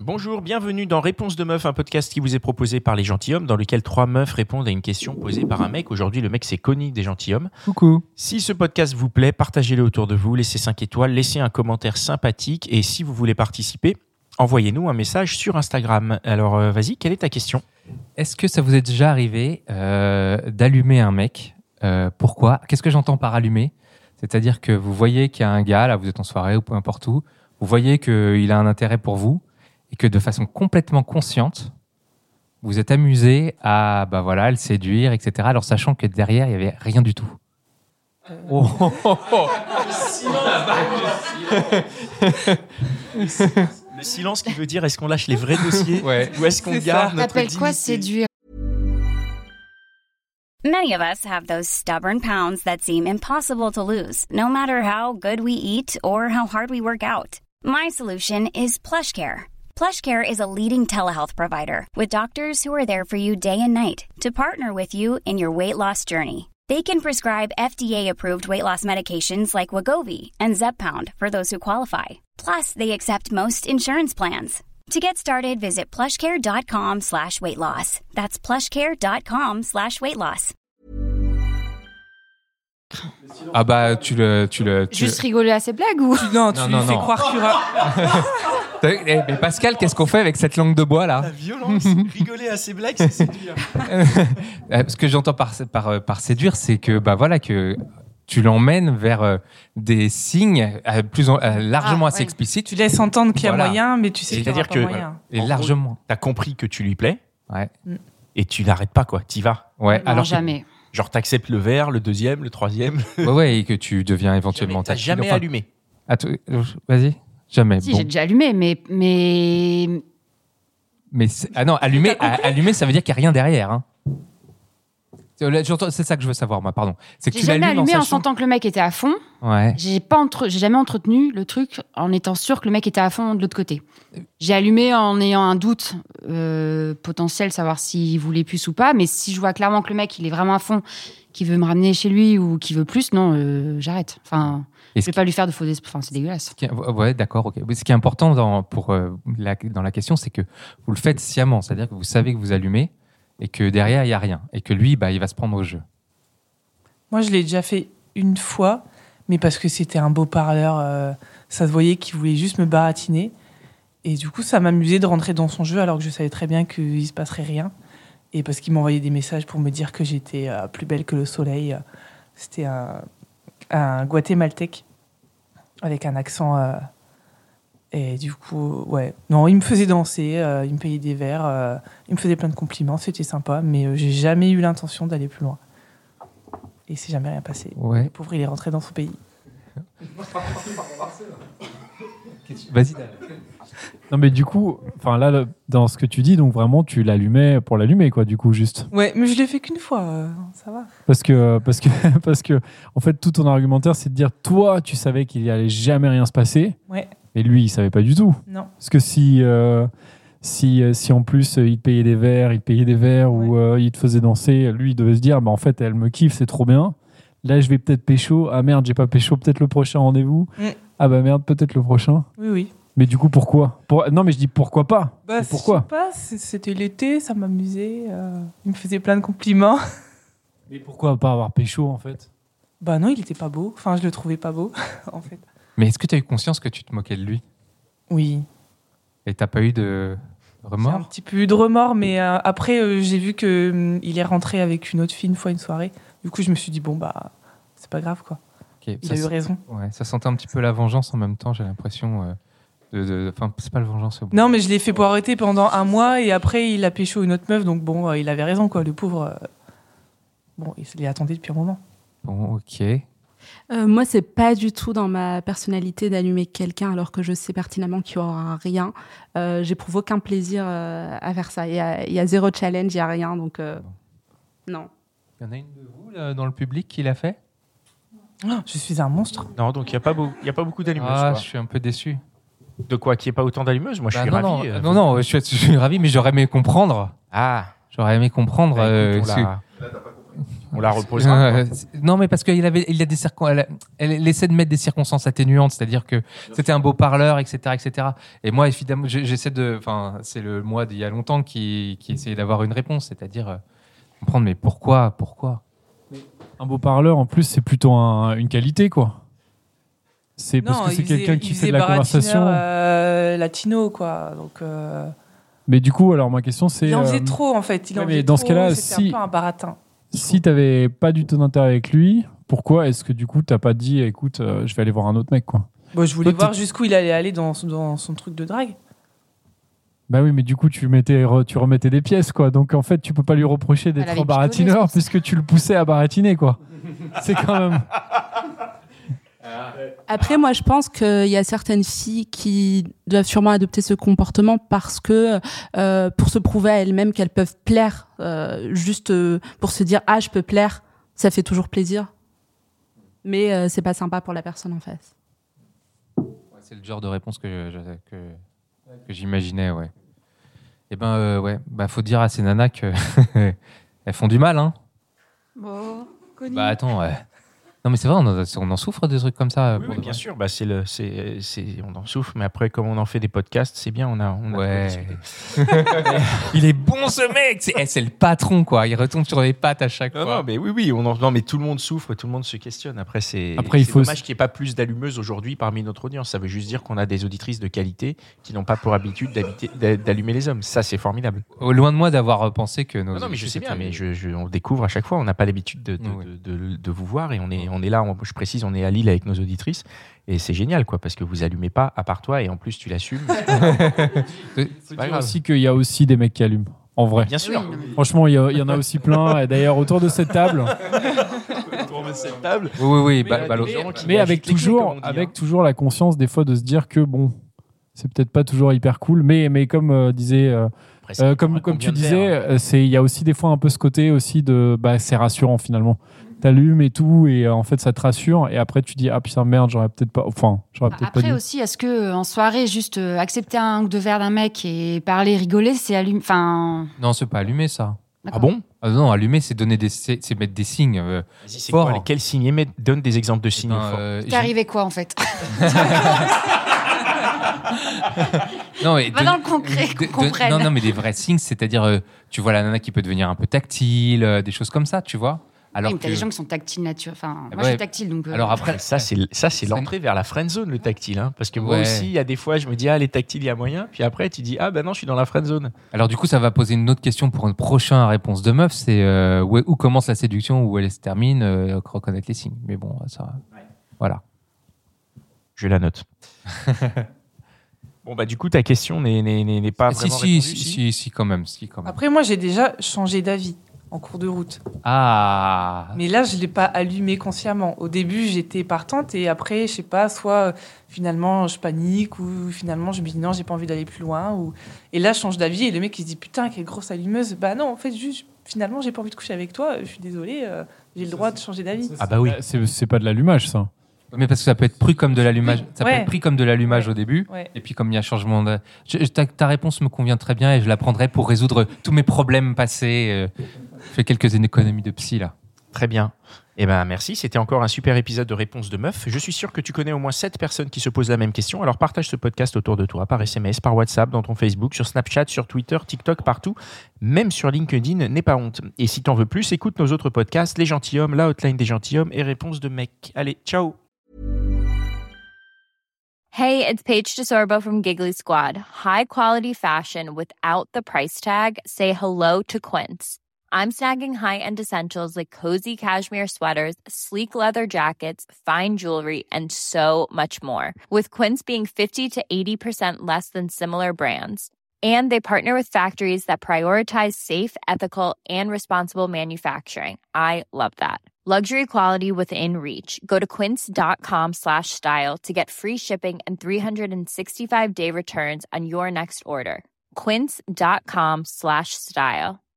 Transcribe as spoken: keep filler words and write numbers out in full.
Bonjour, bienvenue dans Réponse de Meuf, un podcast qui vous est proposé par les gentilshommes, dans lequel trois meufs répondent à une question posée par un mec. Aujourd'hui, le mec, c'est Connie des gentilshommes. Coucou. Si ce podcast vous plaît, partagez-le autour de vous, laissez cinq étoiles, laissez un commentaire sympathique et si vous voulez participer, envoyez-nous un message sur Instagram. Alors, euh, vas-y, quelle est ta question ? Est-ce que ça vous est déjà arrivé euh, d'allumer un mec euh, Pourquoi ? Qu'est-ce que j'entends par allumer ? C'est-à-dire que vous voyez qu'il y a un gars, là, vous êtes en soirée ou peu importe où, vous voyez qu'il a un intérêt pour vous et que de façon complètement consciente, vous êtes amusé à bah voilà, le séduire, et cetera. Alors sachant que derrière, il n'y avait rien du tout. Euh... Oh, oh, oh, oh. Le silence qui veut dire est-ce qu'on lâche les vrais dossiers ouais. ou est-ce qu'on C'est garde ça. notre T'appelles dignité. quoi séduire? Many of us have those stubborn pounds that seem impossible to lose, no matter how good we eat or how hard we work out. My solution is PlushCare. PlushCare is a leading telehealth provider with doctors who are there for you day and night to partner with you in your weight loss journey. They can prescribe F D A-approved weight loss medications like Wegovy and Zepbound for those who qualify. Plus, they accept most insurance plans. To get started, visit plushcare.com slash weight loss. That's plushcare.com slash weight loss. Ah bah, tu le... Tu le tu Juste le... rigoler à ces blagues ou... Non, tu non, lui non, fais non. croire qu'il y aura... Eh, mais Pascal, qu'est-ce qu'on fait avec cette langue de bois, là ? La violence, rigoler à ces blagues, c'est séduire. Ce que j'entends par, par, par séduire, c'est que, bah voilà, que tu l'emmènes vers euh, des signes euh, plus en, euh, largement Ah, assez ouais. explicites. Tu laisses entendre qu'il y a Voilà. moyen, mais tu sais qu'il y aura C'est-à-dire pas que moyen. Et En largement. t'as compris que tu lui plais Ouais. et tu n'arrêtes pas, quoi. T'y vas. Ouais, Non, alors que- jamais. Genre, t'acceptes le verre, le deuxième, le troisième. ouais, ouais, et que tu deviens éventuellement T'as tactile. jamais Enfin, allumé. attends, euh, vas-y. Jamais. Si, bon. j'ai déjà allumé, mais... mais... Mais c'est- ah non, allumer, à- allumer, ça veut dire qu'il n'y a rien derrière. Hein. C'est là, j'entends- c'est ça que je veux savoir, moi, pardon. C'est que J'ai tu jamais l'allumes en allumé en sachant... sentant que le mec était à fond. Ouais. J'ai pas entre... j'ai jamais entretenu le truc en étant sûr que le mec était à fond de l'autre côté. J'ai allumé en ayant un doute euh, potentiel, savoir s'il voulait plus ou pas. Mais si je vois clairement que le mec il est vraiment à fond, qu'il veut me ramener chez lui ou qu'il veut plus, non, euh, j'arrête. Enfin, Et je ce vais qui- pas lui faire de faux espoirs. Enfin, c'est dégueulasse. ce qui est- Ouais, d'accord, ok. Mais ce qui est important dans, pour, euh, la, dans la question, c'est que vous le faites sciemment. C'est-à-dire que vous savez que vous allumez et que derrière, il n'y a rien. Et que lui, bah, il va se prendre au jeu. Moi, je l'ai déjà fait une fois, mais parce que c'était un beau parleur. euh, ça se voyait qu'il voulait juste me baratiner. Et du coup, ça m'amusait de rentrer dans son jeu alors que je savais très bien qu'il se passerait rien. Et parce qu'il m'envoyait des messages pour me dire que j'étais euh, plus belle que le soleil. C'était un, un guatémaltèque avec un accent. euh, et du coup, ouais. Non, il me faisait danser, euh, il me payait des verres, euh, il me faisait plein de compliments, c'était sympa, mais euh, j'ai jamais eu l'intention d'aller plus loin. Et c'est jamais rien passé. Ouais. Le pauvre, il est rentré dans son pays. Vas-y. Non mais du coup, enfin là, le- dans ce que tu dis, donc vraiment tu l'allumais pour l'allumer quoi, du coup juste. Ouais, mais je l'ai fait qu'une fois, euh, ça va. Parce que parce que parce que en fait tout ton argumentaire c'est de dire toi tu savais qu'il y allait jamais rien se passer, Ouais, et lui il savait pas du tout. non. Parce que si euh, si euh, si en plus euh, il te payait des verres, il te payait des verres ou euh, il te faisait danser, lui il devait se dire bah en fait elle me kiffe, c'est trop bien. Là je vais peut-être pécho, ah merde j'ai pas pécho, peut-être le prochain rendez-vous. Mm. Ah bah merde peut-être le prochain. Oui, oui. Mais du coup pourquoi Pour- Non mais je dis pourquoi pas. Bah, C'est pourquoi je sais pas, c'est- c'était l'été, ça m'amusait. euh, il me faisait plein de compliments. Mais pourquoi pas avoir pécho en fait? Bah non, il était pas beau. Enfin, je le trouvais pas beau, en fait. Mais est-ce que tu as eu conscience que tu te moquais de lui ? Oui. Et t'as pas eu de J'ai un remords ? petit peu eu de remords, mais euh, après, euh, j'ai vu qu'il il est rentré avec une autre fille une fois une soirée. Du coup, je me suis dit, bon, bah, c'est pas grave, quoi. Ok, Il ça a eu se- raison. Ouais, ça sentait un petit peu la vengeance en même temps, j'ai l'impression. euh, de, de- Enfin, c'est pas la vengeance. Au bout. Non, mais je l'ai fait pour arrêter pendant un mois et après, il a pécho une autre meuf. Donc, bon, euh, il avait raison, quoi, le pauvre. euh, Bon, il s'est attendu depuis un moment. Bon, ok. Euh, moi, c'est pas du tout dans ma personnalité d'allumer quelqu'un alors que je sais pertinemment qu'il y aura rien. Euh, j'éprouve aucun plaisir euh, à faire ça. Il y a, il y a zéro challenge, il y a rien, donc euh, non. Il y en a une de vous là, dans le public qui l'a fait ? Ah, je suis un monstre. Non, donc il n'y a, pas beau- y a pas beaucoup d'allumeuses. Ah, quoi. je suis un peu déçu. De quoi Qu'il n'y ait pas autant d'allumeuses Moi, je Bah, suis non, ravi. non, euh, non, non, je suis, je suis ravi, mais j'aurais aimé comprendre. Ah, J'aurais aimé comprendre. bah, euh, écoute, on ce- l'a- On la reposera. Euh, non, mais parce qu'il avait, il a des circon... elle, elle, elle essaie de mettre des circonstances atténuantes, c'est-à-dire que c'était un beau parleur, et cetera, et cetera. Et moi, évidemment, j'essaie de, enfin, c'est le moi d'il y a longtemps qui, qui essayait d'avoir une réponse, c'est-à-dire euh, comprendre, mais pourquoi, pourquoi Un beau parleur, en plus, c'est plutôt un- une qualité, quoi. C'est parce Non, que c'est il faisait- quelqu'un il qui fait faisait de la baratineur, conversation. euh, latino, quoi. Donc, euh, Mais du coup, alors ma question, c'est il en faisait euh, trop, en fait. Il ouais, en mais faisait dans ce trop, cas-là, c'était si- un peu un baratin. si t'avais pas du tout d'intérêt avec lui, pourquoi est-ce que du coup t'as pas dit, écoute, euh, je vais aller voir un autre mec, quoi? Bon, je voulais Toi, voir t'es- jusqu'où il allait aller dans, son- dans son truc de drague. Bah oui, mais du coup, tu mettais, re- tu remettais des pièces, quoi. Donc en fait, tu peux pas lui reprocher d'être Elle avait un baratineur picolé, c'est puisque tu le poussais à baratiner, quoi. C'est quand même. Après, moi, je pense qu'il y a certaines filles qui doivent sûrement adopter ce comportement parce que, euh, pour se prouver à elles-mêmes qu'elles peuvent plaire, euh, juste euh, pour se dire, ah, je peux plaire, ça fait toujours plaisir. Mais euh, c'est pas sympa pour la personne en face. Ouais, c'est le genre de réponse que, je- que, que j'imaginais, ouais. Et ben, euh, ouais, bah, faut dire à ces nanas que elles font du mal, hein. Bon, connu. Bah attends, ouais. Non mais c'est vrai, on en, on en souffre des trucs comme ça. Oui, pour oui, de bien vrai. sûr. Bah, c'est le, c'est, c'est, on en souffre, mais après, comme on en fait des podcasts, c'est bien. On a, on a de quoi Ouais. discuter. Il est bon ce mec, c'est, eh, c'est le patron quoi. Il retombe sur les pattes à chaque Non, fois. non, mais oui, oui, on en, non, mais tout le monde souffre, tout le monde se questionne. Après, c'est, Après, il c'est faut dommage s- qu'il n'y ait pas plus d'allumeuses aujourd'hui parmi notre audience. Ça veut juste dire qu'on a des auditrices de qualité qui n'ont pas pour habitude d'habiter- d'a- d'allumer les hommes. Ça, c'est formidable. Au loin de moi d'avoir pensé que nos. Non, non, mais je sais bien, c'était- mais je, je- on découvre à chaque fois. On n'a pas l'habitude de, de, Oui. de, de- de vous voir et on est, on est là. on- je précise, on est à Lille avec nos auditrices et c'est génial, quoi, parce que vous allumez pas à part toi et en plus tu l'assumes. C'est Faut pas dire grave. aussi qu'il y a aussi des mecs qui allument. En vrai. Bien sûr. Oui, non, mais- Franchement, il y, a- il y en a aussi plein. Et d'ailleurs, autour de cette table, Autour de cette table. Oui, oui, oui. Mais bah, il y a bah, des l'autre- gens qui mais agitent avec les clés, toujours, comme on dit, avec hein. toujours la conscience des fois de se dire que bon, c'est peut-être pas toujours hyper cool. Mais, mais comme euh, disait, euh, Après, ça euh, dépend comme, à comme combien tu de verres, disais, hein. euh, c'est il y a aussi des fois un peu ce côté aussi de, bah, c'est rassurant finalement. T'allumes et tout et euh, en fait ça te rassure et après tu dis ah putain merde j'aurais peut-être pas, enfin j'aurais peut-être pas Après dû. aussi, est-ce que en soirée, juste euh, accepter un ou deux verres d'un mec et parler, rigoler, c'est allumer. Enfin. Non, c'est pas allumer ça. Ah bon? Ah non, allumer, c'est donner des, c'est, c'est mettre des signes. euh, Vas-y, c'est Fort. quoi, les- quels signes? Et met- Donne des exemples de signes ben, forts. euh, T'es j'ai- arrivé quoi en fait? Non, mais Va de- dans le concret, de- qu'on de- comprenne. Non, non, mais des vrais signes, c'est-à-dire, euh, tu vois la nana qui peut devenir un peu tactile, euh, des choses comme ça, tu vois. Alors Oui, mais t'as que- des gens qui sont tactiles nature. Enfin, moi Ah je ouais. suis tactile donc. euh, Alors après, Ça, c'est ça, c'est Ça- l'entrée vers la friend zone, le tactile. Hein, parce que moi Ouais. aussi, il y a des fois, je me dis, ah, les tactiles, il y a moyen. Puis après, tu dis, ah, ben non, je suis dans la friend zone. alors du coup, ça va poser une autre question pour une prochaine réponse de meuf, c'est euh, où, où commence la séduction, où elle se termine, euh, reconnaître les signes. Mais bon, ça, voilà. Je la note. Bon, bah, du coup, ta question n'est, n'est, n'est n'est pas si, vraiment si, répondue. si, si, si, quand même, si, quand même. Après, moi, j'ai déjà changé d'avis en cours de route. Ah. Mais là, je ne l'ai pas allumé consciemment. Au début, j'étais partante et après, je sais pas, soit euh, finalement, je panique ou finalement, je me dis non, j'ai pas envie d'aller plus loin. Ou... Et là, je change d'avis et le mec, il se dit putain, quelle grosse allumeuse. Bah non, en fait, juste, finalement, j'ai pas envie de coucher avec toi. Je suis désolée, euh, j'ai le droit de changer d'avis. Ah, bah oui. C'est, c'est pas de l'allumage ça. Mais parce que ça peut être pris comme de l'allumage. Ça peut Ouais. être pris comme de l'allumage au début. Ouais. Et puis comme il y a changement de... Je- je- ta, ta réponse me convient très bien et je la prendrai pour résoudre tous mes problèmes passés. euh. Je fais quelques économies de psy là. Très bien. Eh ben, merci. C'était encore un super épisode de Réponse de Meuf. Je suis sûr que tu connais au moins sept personnes qui se posent la même question. Alors partage ce podcast autour de toi, par S M S, par WhatsApp, dans ton Facebook, sur Snapchat, sur Twitter, TikTok, partout. Même sur LinkedIn, n'aie pas honte. Et si t'en veux plus, écoute nos autres podcasts, Les Gentilhommes, La Hotline des Gentilhommes et Réponse de Mec. Allez, ciao. Hey, it's Paige DeSorbo from Giggly Squad. High quality fashion without the price tag. Say hello to Quince. I'm snagging high-end essentials like cozy cashmere sweaters, sleek leather jackets, fine jewelry, and so much more. With Quince being fifty to eighty percent less than similar brands. And they partner with factories that prioritize safe, ethical, and responsible manufacturing. I love that. Luxury quality within reach. Go to quince.com slash style to get free shipping and three sixty-five day returns on your next order. Quince.com slash style.